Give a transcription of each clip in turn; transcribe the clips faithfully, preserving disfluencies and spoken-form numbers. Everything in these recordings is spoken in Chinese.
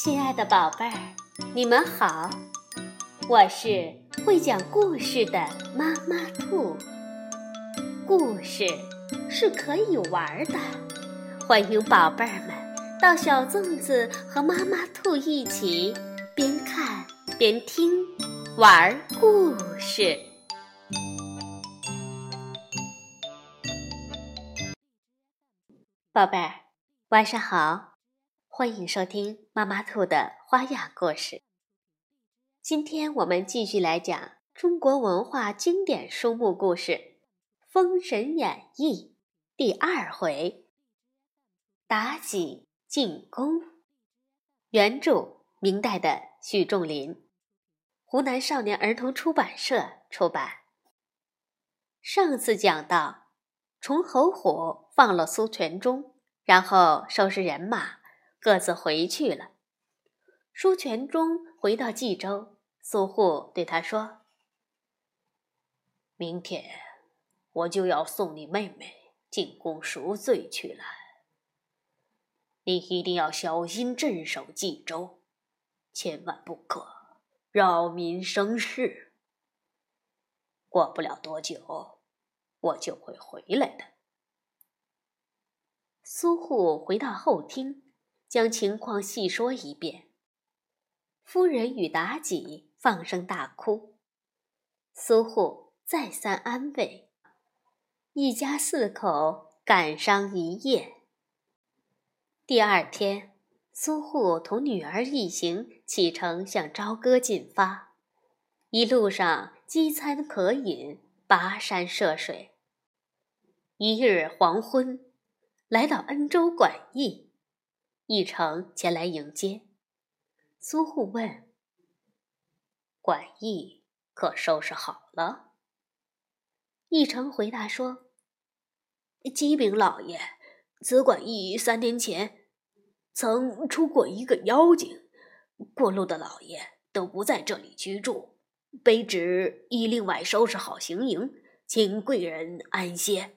亲爱的宝贝儿，你们好，我是会讲故事的妈妈兔。故事是可以玩的，欢迎宝贝儿们到小粽子和妈妈兔一起边看边听玩故事。宝贝儿，晚上好，欢迎收听妈妈兔的花样故事。今天我们继续来讲中国文化经典书目故事《封神演义》第二回妲己进宫。原著明代的许仲林，湖南少年儿童出版社出版。上次讲到，崇侯虎放了苏全忠，然后收拾人马，各自回去了。苏全忠回到冀州，苏护对他说：“明天我就要送你妹妹进宫赎罪去了，你一定要小心镇守冀州，千万不可扰民生事。过不了多久，我就会回来的。”苏护回到后厅，将情况细说一遍。夫人与妲己放声大哭，苏护再三安慰，一家四口感伤一夜。第二天，苏护同女儿一行启程向朝歌进发，一路上饥餐渴饮，跋山涉水。一日黄昏，来到恩州管驿，一程前来迎接。苏护问：“管驿可收拾好了？”一程回答说：“启禀老爷，此管驿三年前曾出过一个妖精，过路的老爷都不在这里居住，卑职已另外收拾好行营，请贵人安歇。”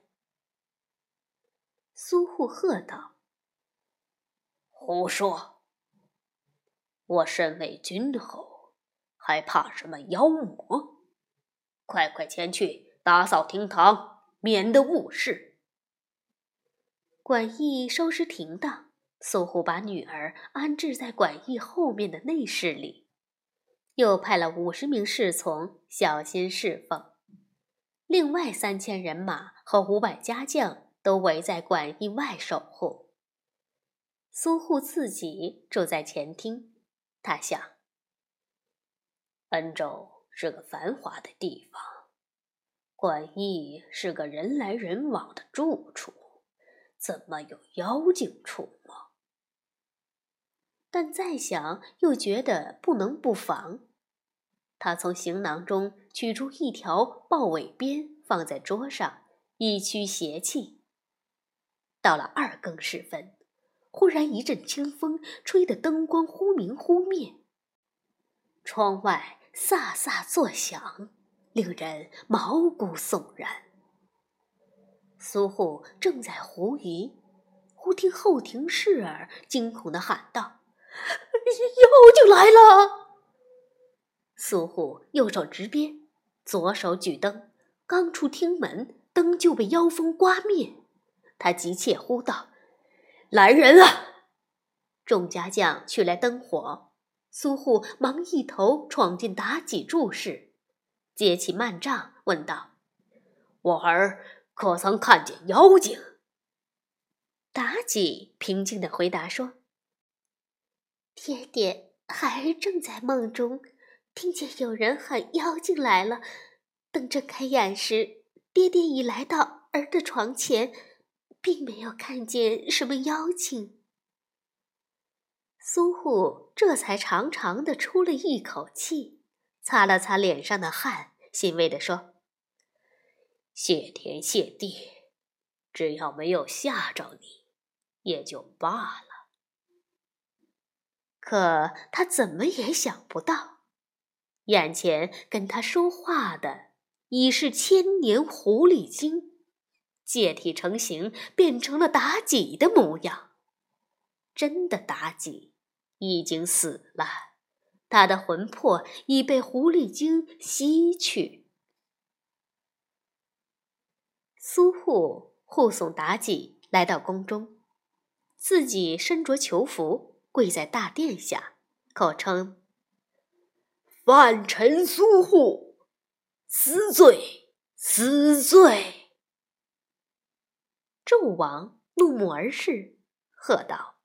苏护喝道：“胡说！我身为君侯，还怕什么妖魔？快快前去打扫厅堂，免得误事。”管驿收拾停当，苏护把女儿安置在管驿后面的内室里，又派了五十名侍从小心侍奉，另外三千人马和五百家将都围在管驿外守护。苏护自己住在前厅，他想，恩州是个繁华的地方，管驿是个人来人往的住处，怎么有妖精出没？但再想又觉得不能不防，他从行囊中取出一条豹尾鞭，放在桌上，以驱邪气。到了二更时分，忽然一阵清风，吹得灯光忽明忽灭，窗外飒飒作响，令人毛骨悚然。苏护正在狐疑，忽听后庭侍儿惊恐地喊道：“妖精来了！”苏护右手执鞭，左手举灯，刚出厅门，灯就被妖风刮灭。他急切呼道：“来人啊！”众家将去来灯火，苏护忙一头闯进妲己住室，接起幔帐问道：“我儿可曾看见妖精？”妲己平静地回答说：“爹爹，孩儿正在梦中，听见有人喊妖精来了，等睁开眼时，爹爹已来到儿的床前，并没有看见什么妖精。”苏护这才长长地出了一口气，擦了擦脸上的汗，欣慰地说：“谢天谢地，只要没有吓着你，也就罢了。”可他怎么也想不到，眼前跟他说话的已是千年狐狸精，借体成形，变成了妲己的模样。真的妲己已经死了，他的魂魄已被狐狸精吸去。苏护护送妲己来到宫中，自己身着囚服，跪在大殿下，口称：“ 凡臣苏护，死罪，死罪！” 纣王怒目而视，喝道：“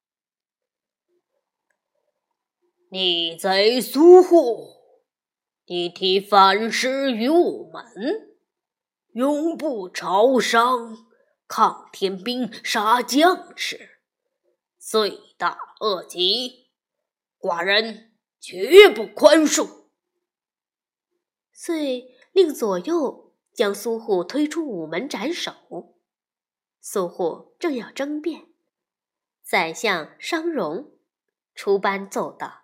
逆贼苏护，你提反诗于我们，永不朝商，抗天兵，杀将士，罪大恶极，寡人绝不宽恕。” 遂令左右将苏护推出午门斩首。苏护正要争辩，宰相商容出班奏道：“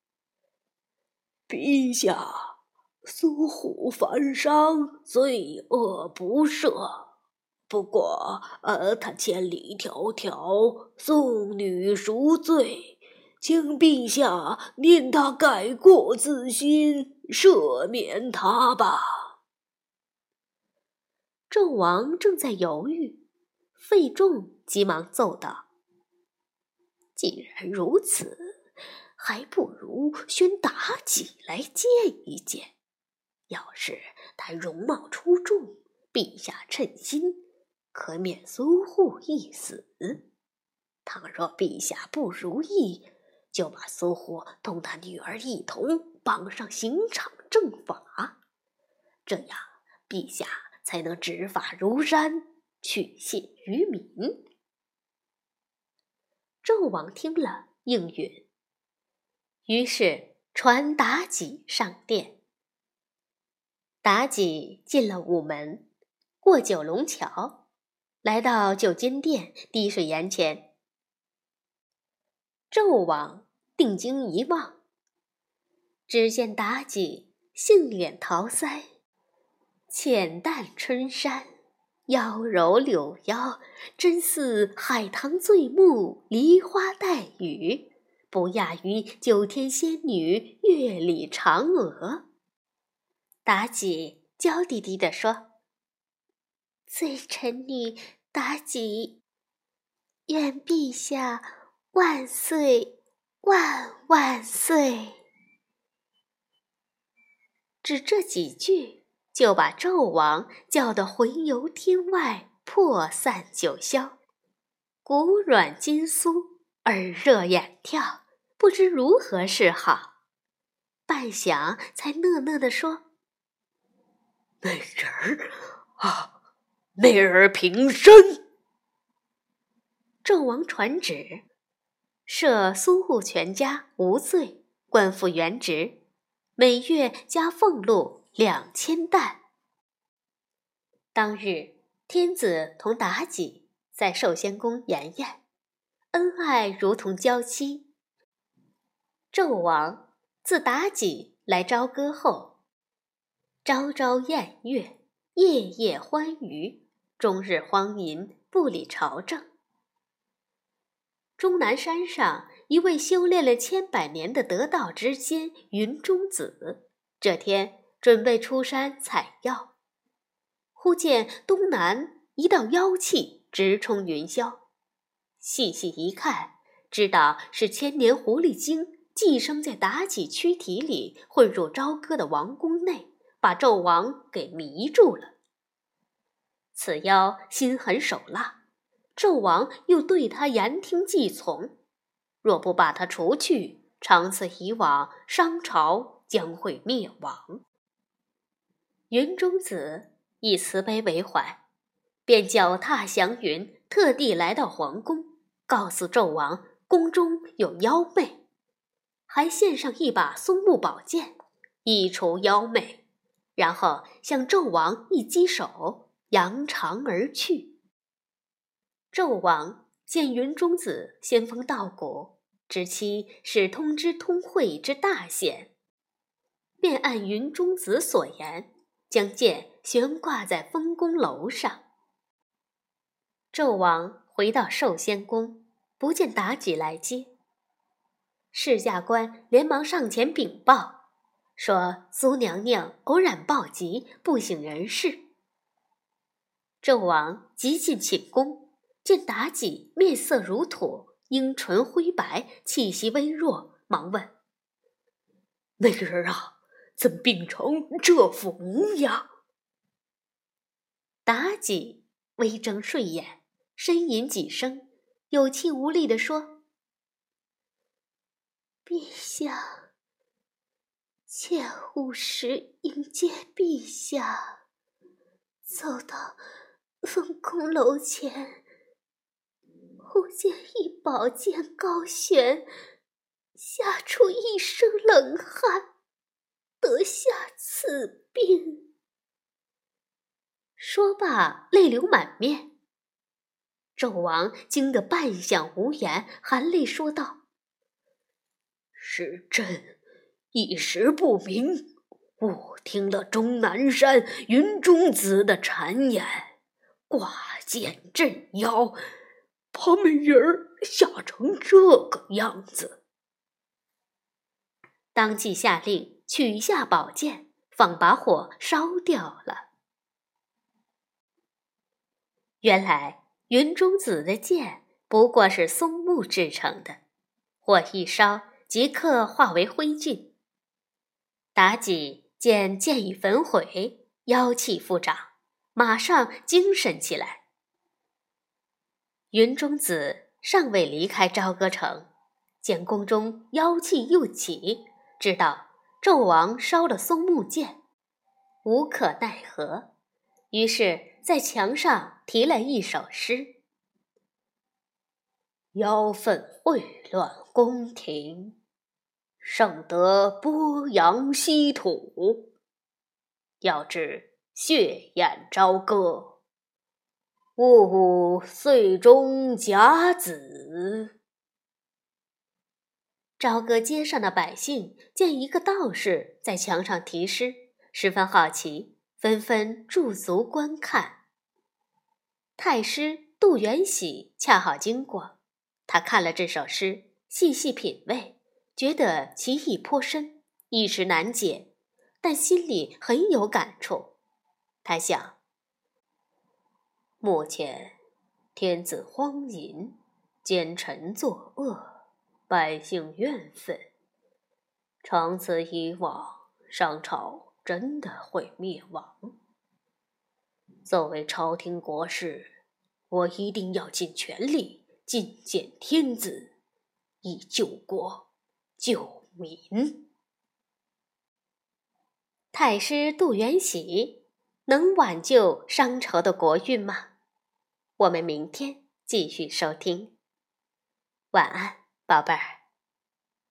陛下，苏护犯商，罪恶不赦。不过，呃，他千里迢迢送女赎罪，请陛下念他改过自新，赦免他吧。” 纣王正在犹豫，费仲急忙奏道：“既然如此，还不如宣妲己来见一见。要是她容貌出众，陛下称心，可免苏护一死；倘若陛下不如意，就把苏护同他女儿一同绑上刑场正法，这样陛下才能执法如山，取信于民。”纣王听了，应允，于是传妲己上殿。妲己进了午门，过九龙桥，来到九间殿滴水岩前。纣王定睛一望，只见妲己杏脸桃腮，浅淡春衫，妖柔柳腰，真似海棠醉目，梨花带雨，不亚于九天仙女月里嫦娥。妲己娇滴滴地说：“罪臣女妲己，愿陛下万岁万万岁。”只这几句，就把纣王叫得魂游天外，魄散九霄，骨软筋酥，耳热眼跳，不知如何是好。半晌才讷讷地说：“ 那人儿啊，那人儿平身。” 纣王传旨，赦苏护全家无罪，官复原职，每月加俸禄两千担。当日，天子同妲己在寿仙宫筵宴，恩爱如同娇妻。纣王自妲己来朝歌后，朝朝宴乐，夜夜欢娱，终日荒淫，不理朝政。终南山上，一位修炼了千百年的得道之仙云中子，这天准备出山采药，忽见东南一道妖气直冲云霄，细细一看，知道是千年狐狸精寄生在妲己躯体里，混入朝歌的王宫内，把纣王给迷住了。此妖心狠手辣，纣王又对他言听计从，若不把他除去，长此以往，商朝将会灭亡。云中子以慈悲为怀，便脚踏祥云，特地来到皇宫，告诉纣王宫中有妖魅，还献上一把松木宝剑，以除妖魅，然后向纣王一击手，扬长而去。纣王见云中子仙风道骨，知其是通知通会之大贤，便按云中子所言，将剑悬挂在丰宫楼上。纣王回到寿仙宫，不见妲己来接。 侍驾官连忙上前禀报，说苏娘娘偶然暴疾，不省人事。纣王急进寝宫，见妲己面色如土，樱唇灰白，气息微弱，忙问： 美人啊，怎病成这副模样？ 妲己微睁睡眼，呻吟几声，有气无力地说：陛下，妾午时迎接陛下，走到凤宫楼前，忽见一宝剑高悬，吓出一身冷汗，得下此病。说罢，泪流满面。纣王惊得半晌无言，含泪说道： 是朕一时不明，误听了终南山云中子的谗言，挂剑镇妖，把美人儿吓成这个样子。 当即下令取下宝剑，放把火烧掉了。原来云中子的剑不过是松木制成的，火一烧即刻化为灰烬。妲己见剑已焚毁，妖气复长，马上精神起来。云中子尚未离开朝歌城，见宫中妖气又起，知道纣王烧了松木剑，无可奈何，于是在墙上题了一首诗： 妖氛秽乱宫廷，盛得波扬稀土。要知血焰朝歌，呜呜岁中甲子。 朝歌街上的百姓见一个道士在墙上题诗，十分好奇，纷纷驻足观看。太师杜元喜恰好经过，他看了这首诗，细细品味，觉得其意颇深，一时难解，但心里很有感触。他想： 目前天子荒淫，奸臣作恶，百姓怨愤，长此以往，商朝真的会灭亡。作为朝廷国事，我一定要尽全力觐见天子，以救国救民。 太师杜元喜能挽救商朝的国运吗？我们明天继续收听。晚安，宝贝儿。